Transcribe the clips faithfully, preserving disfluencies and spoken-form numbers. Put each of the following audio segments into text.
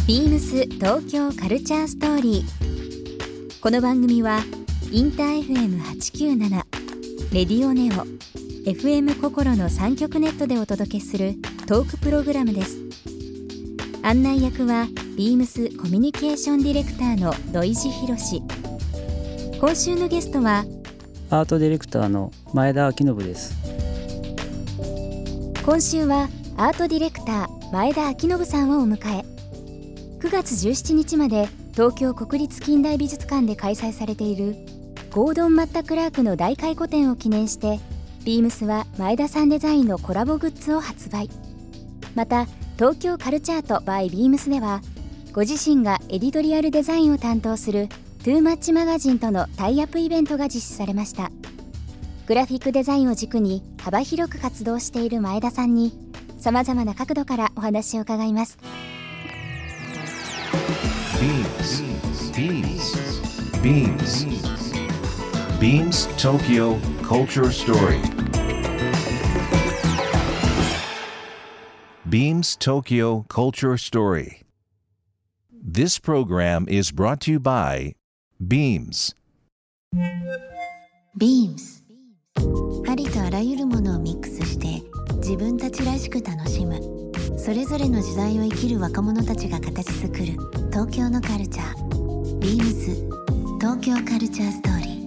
ビームス東京カルチャーストーリー。この番組はインター エフエムはちきゅうなな、レディオネオ、エフエム 心のさん局ネットでお届けするトークプログラムです。案内役はビームスコミュニケーションディレクターの土井博志。今週のゲストはアートディレクターの前田明信です。 今週はアートディレクター前田明信さんをお迎え、くがつじゅうしちにちまで東京国立近代美術館で開催されているゴードン・マッタ・クラークの大回顧展を記念して、ビームスは前田さんデザインのコラボグッズを発売。また東京カルチャート by ビームスでは、ご自身がエディトリアルデザインを担当するトゥーマッチマガジンとのタイアップイベントが実施されました。グラフィックデザインを軸に幅広く活動している前田さんに、さまざまな角度からお話を伺います。 ビームス ビームス ビームス ビームス Tokyo Culture Story Beams Tokyo Culture Story. This program is brought to you by Beams. Beams ありとあらゆるものをミックスして自分たちらしく楽しむ、それぞれの時代を生きる若者たちが形作る東京のカルチャー。 ビームス 東京カルチャーストーリー。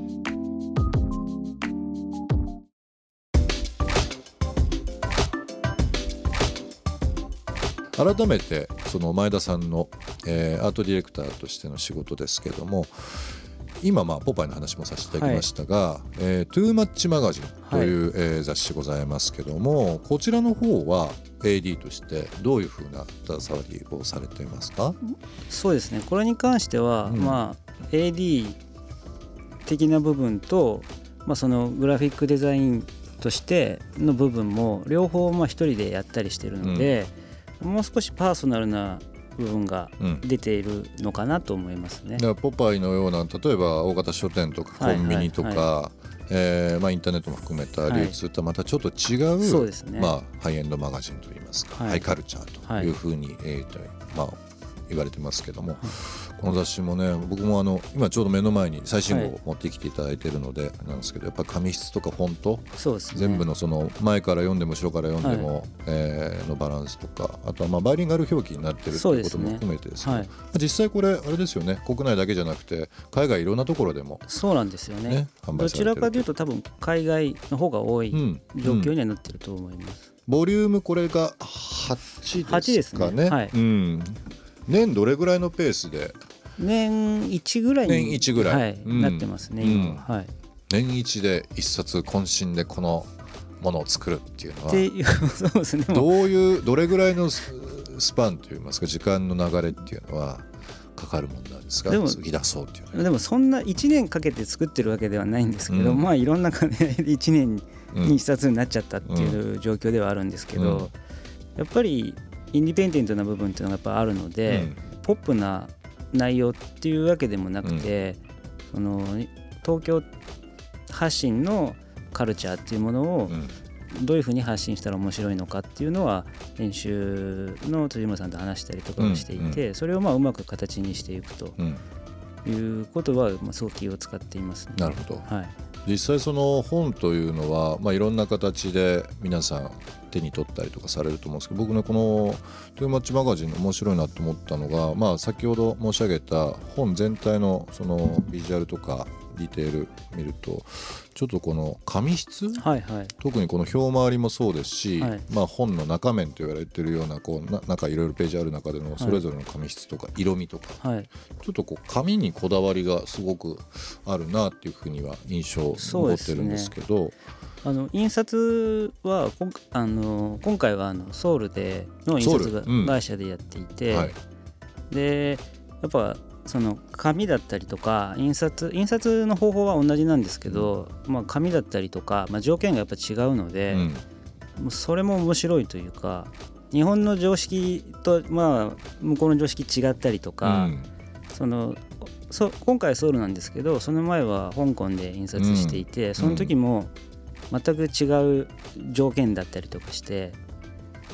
改めてその前田さんの、えー、アートディレクターとしての仕事ですけども、今まあポパイの話もさせていただきましたが、はい、えー、トゥーマッチマガジンという、はい、えー、雑誌ございますけども、こちらの方は エーディー としてどういうふうな携わりをされていますか？ そうですね、これに関しては、うん、まあ エーディー 的な部分と、まあ、そのグラフィックデザインとしての部分も両方まあ一人でやったりしているので、うん、もう少しパーソナルな部分が出ているのかなと思いますね。 だからポパイのような、例えば大型書店とかコンビニとか、はいはいはい、えーまあ、インターネットも含めた流通とはまたちょっと違う、そうですね、まあ、ハイエンドマガジンといいますか、はい、ハイカルチャーというふうに、はい、えーとまあ、言われてますけども、はい、この雑誌もね、僕もあの今ちょうど目の前に最新号を持ってきていただいているのでなんですけど、やっぱり紙質とかフォント、そうですね、全部のその前から読んでも後ろから読んでも、はい、えー、のバランスとか、あとはまあバイリンガル表記になっているということも含めてですけど、はい、実際これあれですよね、国内だけじゃなくて海外いろんなところでも、 そうなんですよね、どちらかというと多分海外の方が多い状況にはなっていると思います、 うんうん、ボリュームこれがはちですかね。はちですね、はい、うん、年どれぐらいのペースで？ 年いちぐらいに年いちぐらい、はい、 うん、なってますね今は、うん、はい、 年いちで一冊渾身でこのものを作るっていうのはそうですね、 どういうどれぐらいのスパンといいますか時間の流れっていうのはかかるものなんですか？でも次出そうっていうのは。 でもそんないちねんかけて作ってるわけではないんですけど、うん、まあいろんな兼ね合いでいちねんにいっさつになっちゃったっていう状況ではあるんですけど、うん、やっぱりインディペンデントな部分っていうのがやっぱあるので、うん、ポップな内容っていうわけでもなくて、うん、その東京発信のカルチャーっていうものをどういうふうに発信したら面白いのかっていうのは編集の辻村さんと話したりとかをしていて、うんうん、それをまあうまく形にしていくということはまあすごく気を使っていますね。 なるほど、 はい、 実際その本というのは、まあ、いろんな形で皆さん手に取ったりとかされると思うんですけど、僕ねこのトゥーマッチマガジン面白いなと思ったのが、まあ、先ほど申し上げた本全体のそのビジュアルとかディテール見るとちょっとこの紙質、はいはい、特にこの表回りもそうですし、はい、まあ、本の中面と言われているようなこうな中いろいろページある中でのそれぞれの紙質とか色味とか、はい、ちょっとこう紙にこだわりがすごくあるなっていうふうには印象残ってるんですけど、 あの印刷はこんあの今回はあのソウルでの印刷会社でやっていて、うん、はい、でやっぱその紙だったりとか印刷印刷の方法は同じなんですけど、うん、まあ、紙だったりとか、まあ、条件がやっぱ違うので、うん、もうそれも面白いというか、日本の常識と、まあ、向こうの常識違ったりとか、うん、そのそ今回はソウルなんですけど、その前は香港で印刷していて、うん、その時も全く違う条件だったりとかして、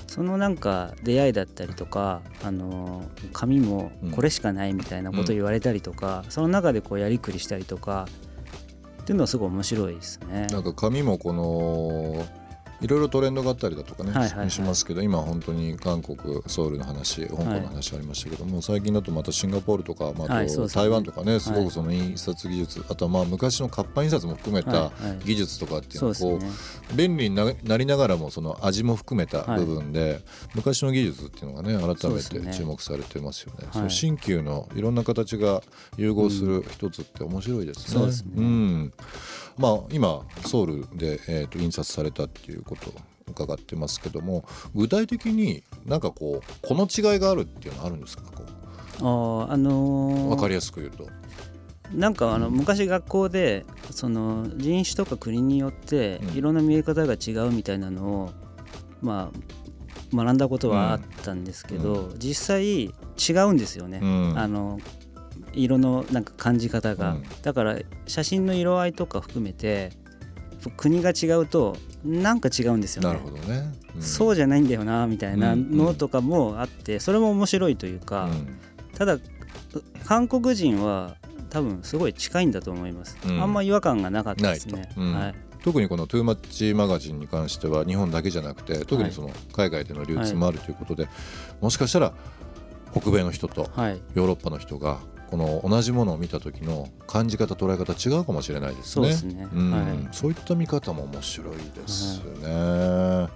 そのなんか出会いだったりとか、あの紙もこれしかないみたいなこと言われたりとか、うん、その中でこうやりくりしたりとかっていうのはすごい面白いですね。 なんか紙もこのいろいろトレンドがあったりだとかね、はいはいはい、しますけど、今本当に韓国ソウルの話、香港の話ありましたけども、はい、最近だとまたシンガポールとか、まあ、あと台湾とかね、はい、すごくその印刷技術、はい、あとはまあ昔の活版印刷も含めた技術とかっていうのがこう、はいはい、便利になりながらもその味も含めた部分で、はい、昔の技術っていうのがね改めて注目されてますよね。その新旧のいろんな形が融合する一つって面白いですね。 そうですね、 うん、まあ、今ソウルで、えー、と印刷されたっていうことを伺ってますけども、具体的になんかこうこの違いがあるっていうのはあるんですか？こうあ、あのー、 分かりやすく言うと、 なんかあの昔学校でその人種とか国によっていろんな見え方が違うみたいなのを、まあ、学んだことはあったんですけど、うん、実際違うんですよね、うん、あの色のなんか感じ方が、うん、だから写真の色合いとか含めて国が違うとなんか違うんですよね。 なるほどね、 うん、そうじゃないんだよなみたいなのとかもあって、それも面白いというか、うん、ただ韓国人は多分すごい近いんだと思います、うん、あんま違和感がなかったですね、 うん、はい、特にこのトゥーマッチマガジンに関しては日本だけじゃなくて特にその海外での流通もあるということで、はい、もしかしたら北米の人とヨーロッパの人がこの同じものを見た時の感じ方捉え方違うかもしれないですね。 そうですね、 うん、 はい、 そういった見方も面白いですね、はい、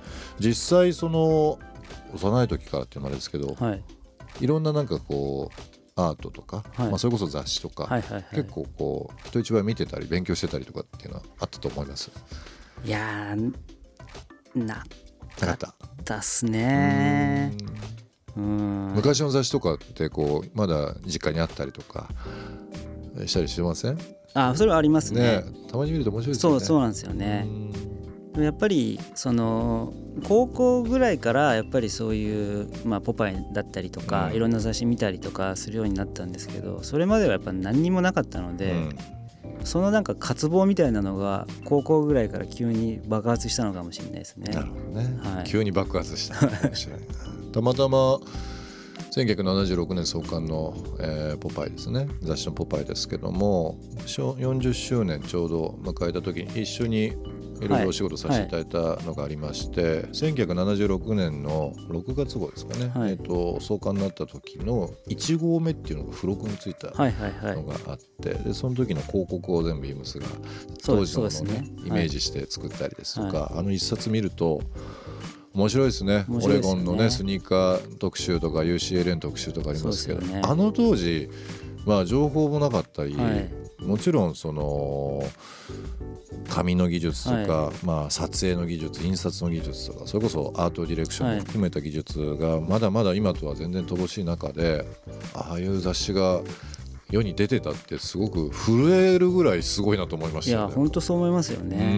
実際その幼い時からっていうのもあれですけど、はい、いろんななんかこうアートとか、はい、まあ、それこそ雑誌とか、はいはいはい、結構こう人一倍見てたり勉強してたりとかっていうのはあったと思います？ いやー な, なかったっすね。 うん、昔の雑誌とかってこうまだ実家にあったりとかしたりしてません？ あ、それはあります ね, ね。たまに見ると面白いですよね。 そう、そうなんですよね。やっぱりその高校ぐらいからやっぱりそういう、まあ、ポパイだったりとか、うん、いろんな雑誌見たりとかするようになったんですけど、それまではやっぱ何にもなかったので、うん、そのなんか渇望みたいなのが高校ぐらいから急に爆発したのかもしれないですね。 なるほどね、はい、急に爆発したのかもしれないたまたませんきゅうひゃくななじゅうろくねん創刊の、えー、ポパイですね、雑誌のポパイですけども、よんじゅっしゅうねんちょうど迎えた時に一緒にいろいろお仕事させていただいたのがありまして、はいはい、せんきゅうひゃくななじゅうろくねんのろくがつ号ですかね、はい、えー、と創刊になった時のいち号目っていうのが付録についたのがあって、はいはいはい、でその時の広告を全部ビームスが当時のものを、ね、イメージして作ったりですとか、はい、あの一冊見ると面白いですね。オレゴンのねスニーカー特集とか ユーシーエルエヌ 特集とかありますけど、ね、あの当時、まあ、情報もなかったり、はい、もちろんその紙の技術とか、はい、まあ、撮影の技術、印刷の技術とか、それこそアートディレクションも含めた技術がまだまだ今とは全然乏しい中で、ああいう雑誌が世に出てたってすごく震えるぐらいすごいなと思いましたよね。 いや本当そう思いますよね、うん、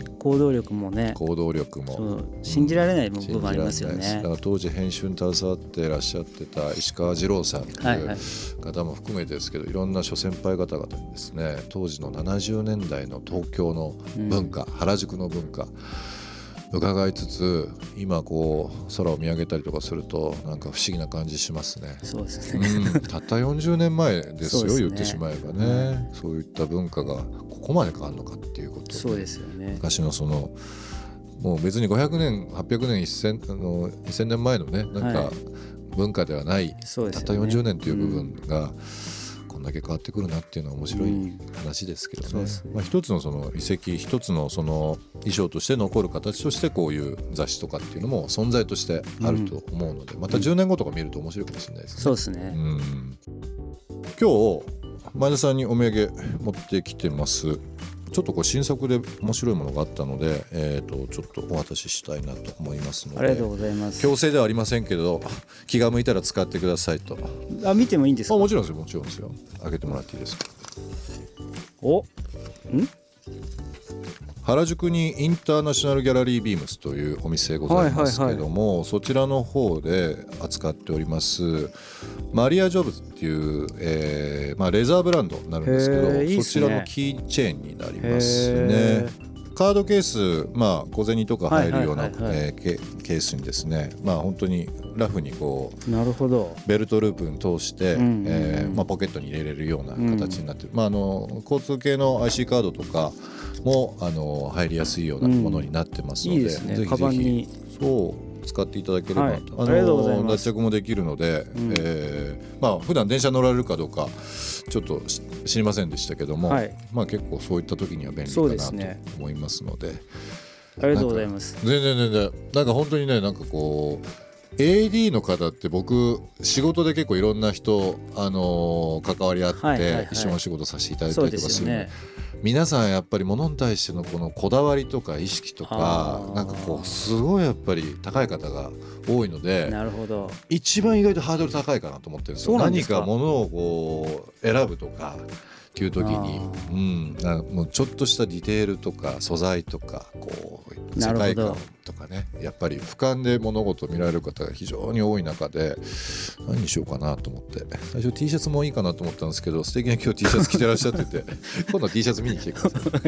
行動力もね、 行動力もそう信じられない部分ありますよね、うん、 だから当時編集に携わっていらっしゃってた石川二郎さんという方も含めてですけど、はいはい、いろんな諸先輩方々にですね、当時のななじゅうねんだいの東京の文化、うん、原宿の文化伺いつつ、今こう空を見上げたりとかするとなんか不思議な感じしますね。 そうですね、 うん、たったよんじゅうねんまえですよ、言ってしまえばね、うん、そういった文化がここまで変わるのかっていうこと。 そうですよね。 昔のそのもう別にごひゃくねんはっぴゃくねんせんねんまえのねなんか文化ではない、はい、たったよんじゅうねんという部分が、うん、こんだけ変わってくるなっていうのは面白い話ですけどね、うん、ね、まあ、一つのその遺跡、一つのその衣装として残る形としてこういう雑誌とかっていうのも存在としてあると思うので、うん、またじゅうねんごとか見ると面白いかもしれないですね。 そうですね、 うん、今日前田さんにお土産持ってきてます。ちょっとこう新作で面白いものがあったので、えー、とちょっとお渡ししたいなと思いますので。 ありがとうございます。 強制ではありませんけど気が向いたら使ってくださいと。 あ、見てもいいんですか？ あ、もちろんですよ、もちろんですよ。開けてもらっていいですか？ おん原宿にインターナショナルギャラリービームスというお店ございますけども、はいはいはい、そちらの方で扱っておりますマリア・ジョブズっていう、えーまあ、レザーブランドになるんですけど、いいっすね、そちらのキーチェーンになりますね。 カードケース、まあ、小銭とか入るようなケースにですね、まあ、本当にラフにこうなるほどベルトループに通して、うんうんうんえーまあ、ポケットに入れれるような形になってる、うんまあ、あの交通系の アイシー カードとかもあの入りやすいようなものになってますので、うん、いいですね、ぜひぜひカバンにそう使っていただければ、はい、あの脱着もできるので、うんえーまあ普段電車乗られるかどうかちょっと知りませんでしたけども、はいまあ、結構そういった時には便利かなと思いますので、 ありがとうございます。 全然全然なんか本当にねなんかこうエーディー の方って僕仕事で結構いろんな人、あのー、関わり合って、はいはいはい、一緒にお仕事させていただいたりとかするので、皆さんやっぱり物に対してのこのこだわりとか意識とかなんかこうすごいやっぱり高い方が多いので、 なるほど一番意外とハードル高いかなと思ってるんですよ。何か物をこう選ぶとかっていう時に、うん、なんかもうちょっとしたディテールとか素材とかこう世界観とかねやっぱり俯瞰で物事を見られる方が非常に多い中で何にしようかなと思って最初 T シャツもいいかなと思ったんですけど素敵な今日 T シャツ着てらっしゃってて今度 T シャツ見に来てください。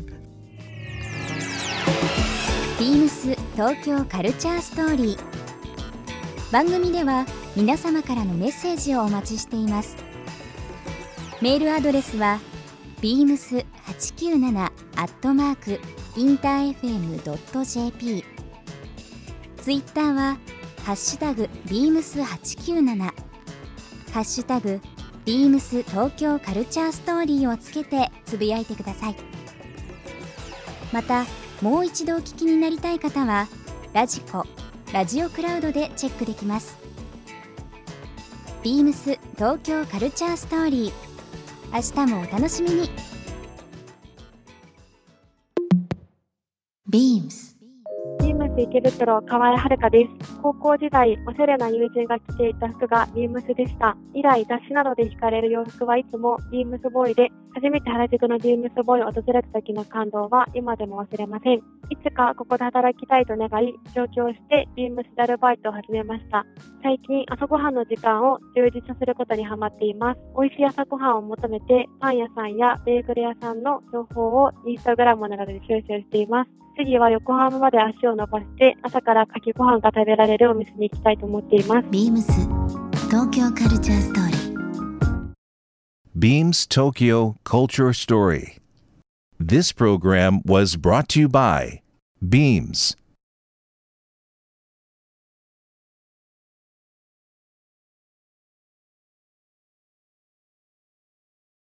ビームス東京カルチャーストーリー番組では皆様からのメッセージをお待ちしています。メールアドレスは ビームスはちきゅうなな アットマーク インターエフエムドットジェーピー ツイッターはハッシュタグ ビームスはちきゅうなな ハッシュタグ ビームス東京カルチャーストーリーをつけてつぶやいてください。またもう一度お聞きになりたい方はラジコ、ラジオクラウドでチェックできます。ビームス東京カルチャーストーリー明日もお楽しみに。 ビームスビームス池袋河合遥です。高校時代おしゃれな友人が着ていた服がビームスでした。以来雑誌などで惹かれる洋服はいつもビームスボーイで、初めて原宿のビームスボーイを訪れた時の感動は今でも忘れません。いつかここで働きたいと願い上京してビームスでアルバイトを始めました。最近朝ごはんの時間を充実させることにハマっています。美味しい朝ごはんを求めてパン屋さんやベーグル屋さんの情報をインスタグラムなどで収集しています。次は横浜まで足を伸ばして朝からかきご飯が食べられるお店に行きたいと思っています。 ビームス東京カルチャーストーリー Beams Tokyo Culture Story. This program was brought to you by Beams.